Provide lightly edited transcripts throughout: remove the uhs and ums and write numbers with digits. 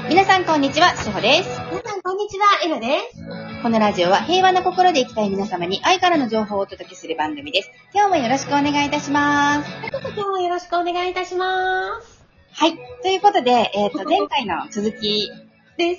皆さんこんにちは、しほです。 皆さんこんにちは、エマです。 このラジオは平和な心で生きたい皆様に愛からの情報をお届けする番組です。今日もよろしくお願いいたします。 今日もよろしくお願いいたします。 はい。ということで、前回の続きです。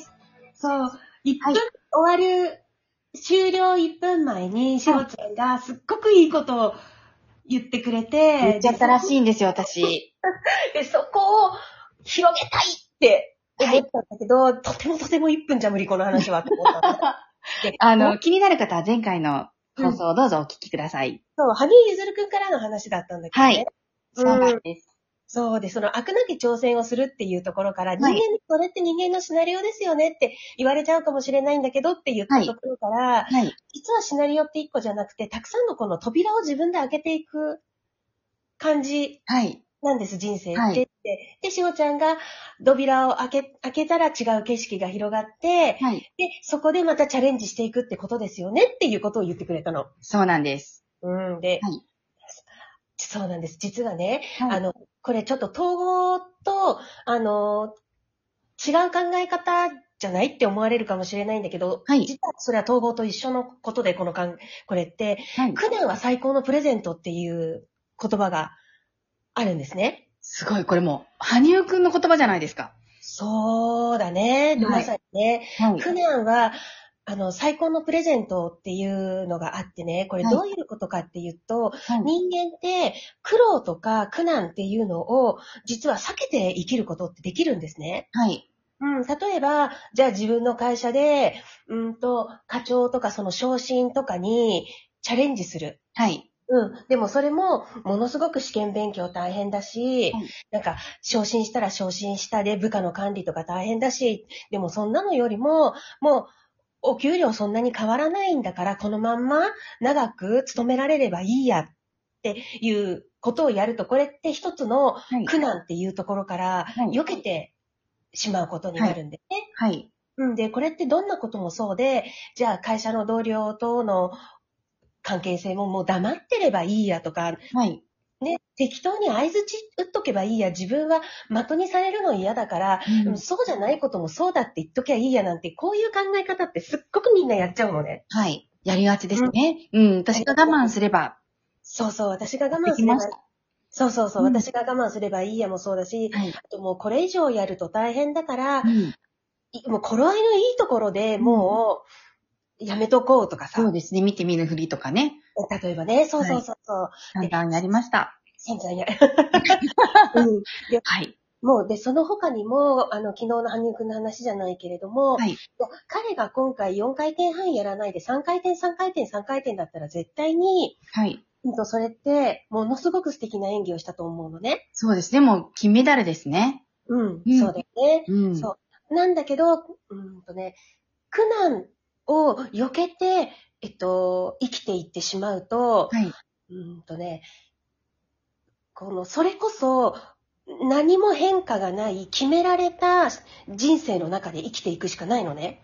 そう、1分、終わる、終了1分前に、しほちゃんがすっごくいいことを言ってくれて、 言っちゃったらしいんですよ、私。 で、そこを広げたいって思ったんだけど、とても1分じゃ無理、この話はって思ったの。 気になる方は前回の放送をどうぞお聞きください。 そう、羽生結弦くんからの話だったんだけどね。 はい。そうなんです。 そうで、その飽くなき挑戦をするっていうところから、それって人間のシナリオですよねって言われちゃうかもしれないんだけどって言ったところから、実はシナリオって一個じゃなくて、たくさんのこの扉を自分で開けていく感じなんです、人生って。で、しほちゃんが扉を開けたら違う景色が広がって、で、そこでまたチャレンジしていくってことですよねっていうことを言ってくれたの。 そうなんです。 で、そうなんです。実はね、これちょっと統合と、違う考え方じゃないって思われるかもしれないんだけど、実はそれは統合と一緒のことで、これって、苦難は最高のプレゼントっていう言葉があるんですね。 すごい、これもう、羽生くんの言葉じゃないですか。 そうだね。まさにね。苦難は、最高のプレゼントっていうのがあってね、これどういうことかっていうと、人間って苦労とか苦難っていうのを実は避けて生きることってできるんですね。例えば、じゃあ自分の会社で、課長とかその昇進とかにチャレンジする。でもそれもものすごく試験勉強大変だし、なんか昇進したら昇進したで部下の管理とか大変だし、でもそんなのよりも、もうお給料そんなに変わらないんだから、このまんま長く勤められればいいやっていうことをやると、これって一つの苦難っていうところから避けてしまうことになるんですね。で、これってどんなこともそうで、じゃあ会社の同僚との関係性ももう黙ってればいいやとか、適当に相槌打っとけばいいや、自分は的にされるの嫌だから、そうじゃないこともそうだって言っときゃいいやなんて、こういう考え方ってすっごくみんなやっちゃうのね。 やりがちですね。私が我慢すれば。 私が我慢すれば。私が我慢すればいいやもそうだし、あともうこれ以上やると大変だから、もう頃合いのいいところでもう、やめとこうとかさ。 そうですね。見て見ぬふりとかね。 例えばね。そう。 散々やりました。 散々や。もう、で、その他にも、昨日の羽生くんの話じゃないけれども、彼が今回4回転半やらないで3回転だったら絶対に、それって、ものすごく素敵な演技をしたと思うのね。 そうですね。もう金メダルですね。 そうだよね。そう。なんだけど、苦難を避けて、生きていってしまうと、それこそ、何も変化がない決められた人生の中で生きていくしかないのね。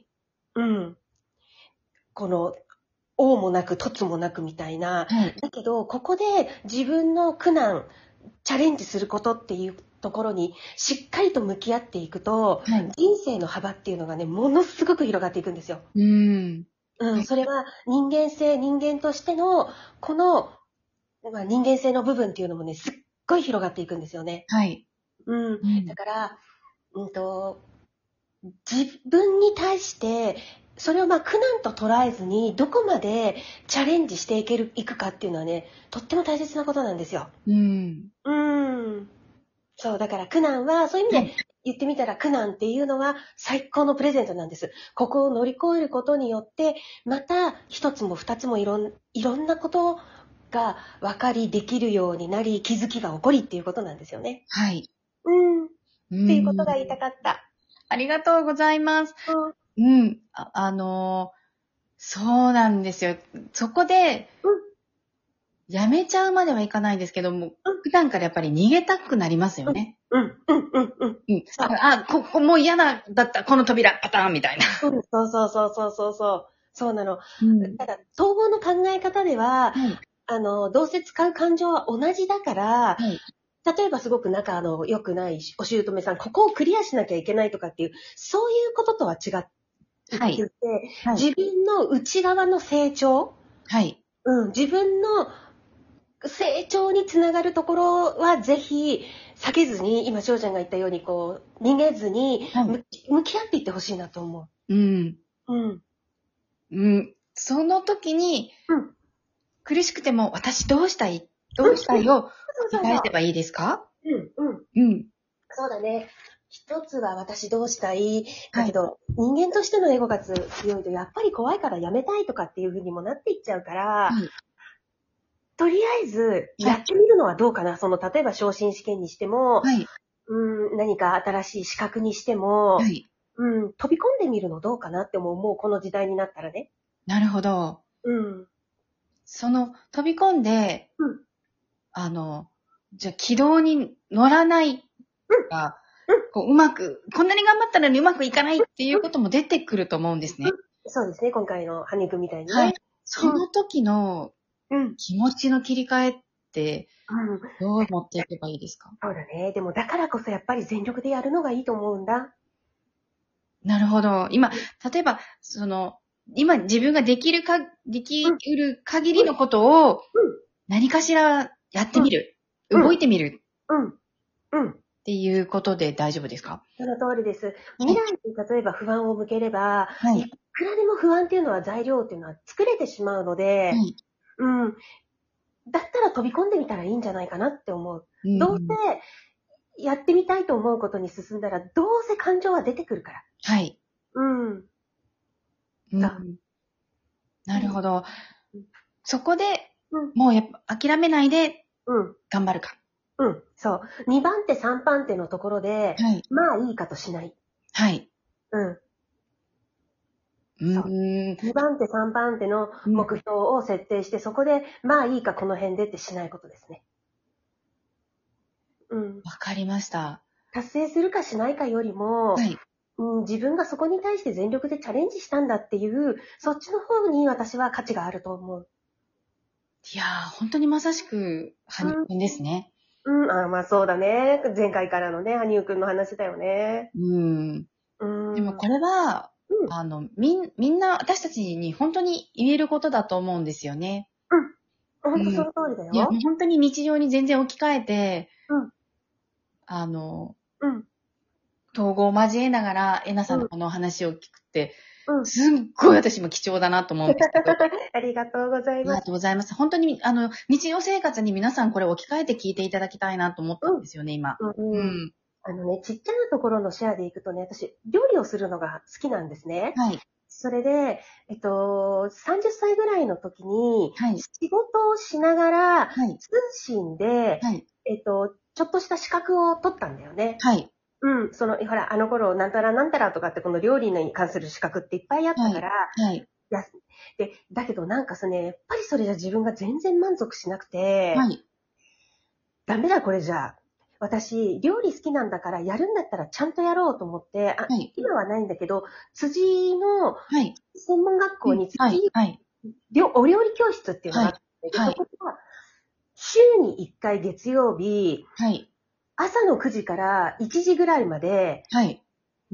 この、王もなく、凸もなくみたいな。だけど、ここで自分の苦難、チャレンジすることっていうところにしっかりと向き合っていくと、人生の幅っていうのがね、ものすごく広がっていくんですよ。それは人間としての、この、人間性の部分っていうのもね、すっごい広がっていくんですよね。だから、自分に対して、それを苦難と捉えずに、どこまでチャレンジしていくかっていうのはね、とっても大切なことなんですよ。そう、だから苦難は、そういう意味で言ってみたら苦難っていうのは最高のプレゼントなんです。ここを乗り越えることによって、また一つも二つもいろんなことが分かり、できるようになり、気づきが起こりっていうことなんですよね。っていうことが言いたかった。 ありがとうございます。そうなんですよ。そこで、やめちゃうまではいかないですけども、普段からやっぱり逃げたくなりますよね。ここもう嫌だったこの扉パターンみたいな。 そうなの。ただ、統合の考え方では、どうせ使う感情は同じだから、 例えばすごく仲の良くないお姑さん、ここをクリアしなきゃいけないとかっていう、そういうこととは違って、 はい。はい。 自分の内側の成長、 はい。 自分の成長につながるところはぜひ避けずに、今翔ちゃんが言ったようにこう、逃げずにはい。 向き合っていってほしいなと思うん。 う。うん。 うん。その時に、 うん。 苦しくても、私どうしたいどうしたいをそうそうそう。 繰り返せばいいですか？ うん。 うん。 そうだね。一つは私どうしたい。だはい。 けど、人間としてのエゴが強いと、やっぱり怖いからやめたいとかっていう風にもなっていっちゃうから、 はい。 とりあえずはい。 やってみるのはどうかな。例えば昇進試験にしても、 はい。 何か新しい資格にしても、 はい。 飛び込んでみるのどうかなって思う。もうこの時代になったらね。 なるほど。 うん。 飛び込んで、 うん。 じゃあ軌道に乗らないとか、うまく、こんなに頑張ったのにうまくいかないっていうことも出てくると思うんですね。 そうですね。今回の羽生くんみたいにはい。 ね。 その時のうん。 気持ちの切り替えって、 うん。 どう持っていけばいいですか？ そうだね。でもだからこそやっぱり全力でやるのがいいと思うんだ。 なるほど。今、例えば、今自分ができる限りのことを何かしらやってみる。動いてみるっていうことで大丈夫ですか？ その通りです。 はい。 未来に例えば不安を向ければ、 はい。 いくらでも不安っていうのは材料っていうのは作れてしまうので、 はい。 うん。だったら飛び込んでみたらいいんじゃないかなって思う。 うどうん。 せやってみたいと思うことに進んだら、どうせ感情は出てくるから。 はい。 うん。そう。 うん。なるほど。 うん。 そこで、 うん。 もうやっぱ諦めないでうん。 頑張るか。 うん。そう。2番手、3番手のところで、 はい。 まあいいかとしない。 はい。 うん。 うそう。 ーん。 2番手、3番手のうん。 目標を設定して、そこで、まあいいかこの辺でってしないことですね。うん。 わかりました。 達成するかしないかよりも、 はい。 自分がそこに対して全力でチャレンジしたんだっていう、そっちの方に私は価値があると思う。 いやー、本当にまさしく、羽生くんですね。 まあそうだね。前回からのね、羽生くんの話だよね。 うん。 うん。 でもこれは、 うん。 みんな私たちに本当に言えることだと思うんですよね。 ほうん。 んとその通りだいや、もよ。 う本当に日常に全然置き換えて、 うん。 あの、 うん。 統合を交えながら、えなさんうん。 のこの話を聞くって、 うん。 すっごい私も貴重だなと思うんですけど。 ありがとうございありがます。 とうございます。本当に、日常生活に皆さんこれ置き換えて聞いていただきたいなと思ったんですよね、今。ううん。 ん。 ちっちゃなところのシェアでいくとね、私、料理をするのが好きなんですね。 はい。 それで、30歳ぐらいの時に、 はい。 仕事をしながら、 はい。 通信で、 はい。 ちょっとした資格を取ったんだよね。 はい。 ほら、あの頃、なんたらなんたらとかって、この料理に関する資格っていっぱいあったはい。 から、 はい。 やだけどなんかやっぱりそれじゃ自分が全然満足しなくて、 はい。 ダメだこれじゃあ。私、料理好きなんだから、やるんだったらちゃんとやろうと思って、 はい。 今はないんだけど、辻のはい。 専門学校うん。 にはい。はい。 お料理教室っていうのはい。 があって、で、 はい。 そこが週に1回月曜日、 はい。 朝の9時から1時ぐらいまで、 はい。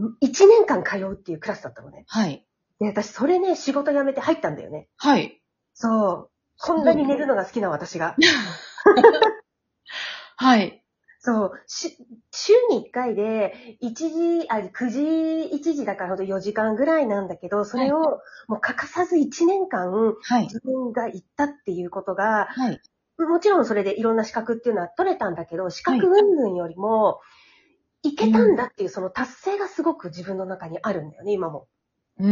1年間通うっていうクラスだったのね。 はい。 で、私、それね、仕事辞めて入ったんだよね。 はい。 そう。こんなに寝るのが好きな私が。 はい。 そう。週に1回で、9時、1時だからほんと4時間ぐらいなんだけど、それをもう欠かさず1年間、 はい。 自分が行ったっていうことが、 はい。 もちろんそれでいろんな資格っていうのは取れたんだけど、資はい。 格云々よりも、いけたんだっていうその達成がすごく自分の中にあるんだよね、今も。 うん。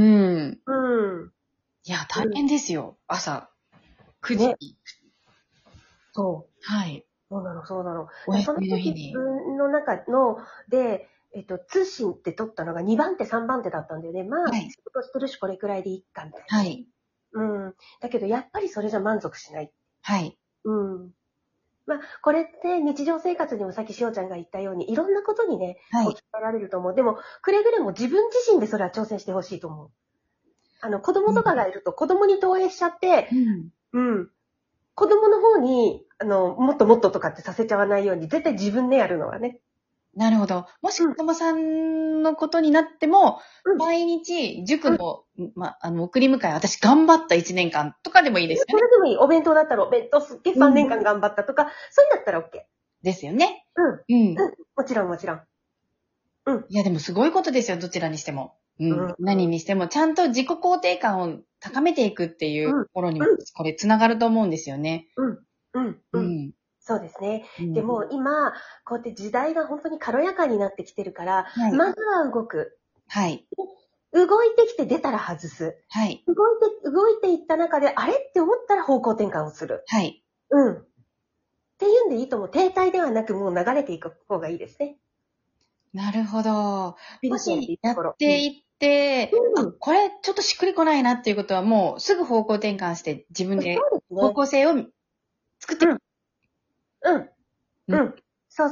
うん。 いや、大変ですよ。朝9時ね。 に。 そう。 はい。 そうなの、そうなの。 おで、そ休みの日の時自に。 分の中の、で、通信って取ったのが2番手、3番手だったんだよね。まあ、 はい。 仕事してるし、これくらいでいいか、みたいなね。 はい。 だけど、やっぱりそれじゃ満足しない。 はい。 まあ、これって日常生活にもさっきしおちゃんが言ったように、いろんなことにね、 はい。 置き換えられると思う。でも、くれぐれも自分自身でそれは挑戦してほしいと思う。子供とかがいると子供に投影しちゃって、 うん。 うん。 子供の方に、もっともっととかってさせちゃわないように、絶対自分でやるのはね。 なるほど。もし子供さんのことになっても、 うん毎日塾の、送り迎え、私頑張った1年間とかでもいいですよね。 それでもいい。お弁当だったらお弁当すっげえ3年間頑張ったとか、そういうんだったら OK。 ですよね。 うん。 うん。 もちろんもちろん。 いや、でもすごいことですよ、どちらにしても。 うん何にしても、ちゃんと自己肯定感を高めていくっていうところにもうん、 これつながると思うんですよね。 そうですね。 うんでも今、こうやって時代が本当に軽やかになってきてるから、 はいまずは動く。 はい。 動いてきて出たら外す。 はい。 動いていった中で、あれって思ったら方向転換をする。 はい。 っていうんでいいと思う。停滞ではなく、もう流れていく方がいいですね。 なるほど。もしやっうていって、 んこれちょっとしっくりこないなっていうことはもうすぐ方向転換して自分でそうですね。 方向性を作っていく。 そう。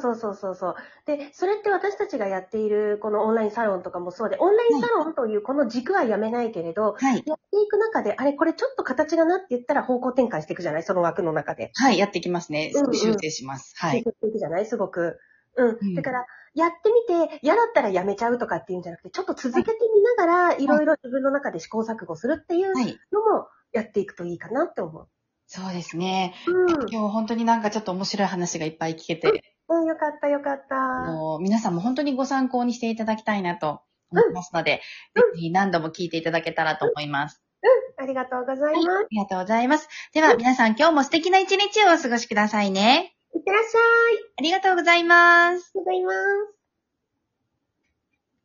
で、それって私たちがやっているこのオンラインサロンとかもそうで、オンラインサロンというこの軸はやめないけれど、 はい。 やっていく中で、あれ、これちょっと形がなって言ったら方向転換していくじゃないその枠の中で。 はい、やっていきますね。 うんうん修正します。はい。 修正していくじゃないすごく。 うんだから、やってみて、嫌だったらやめちゃうとかっていうんじゃなくて、ちょっと続けてみながら、いろいろ自分の中で試行錯誤するっていうはい。 のもやっていくといいかなって思う。 そうですね。 うん。 今日本当になんかちょっと面白い話がいっぱい聞けて、 よかったよかった。 皆さんも本当にご参考にしていただきたいなと思いますので、ぜひ何度も聞いていただけたらと思います。 ありがとうございはい、 ます。 ありがとうございます。では皆さん今日も素敵な一日をお過ごしくださいね。 いってらっしゃい。 ありがとうございます。 ありがとうございます。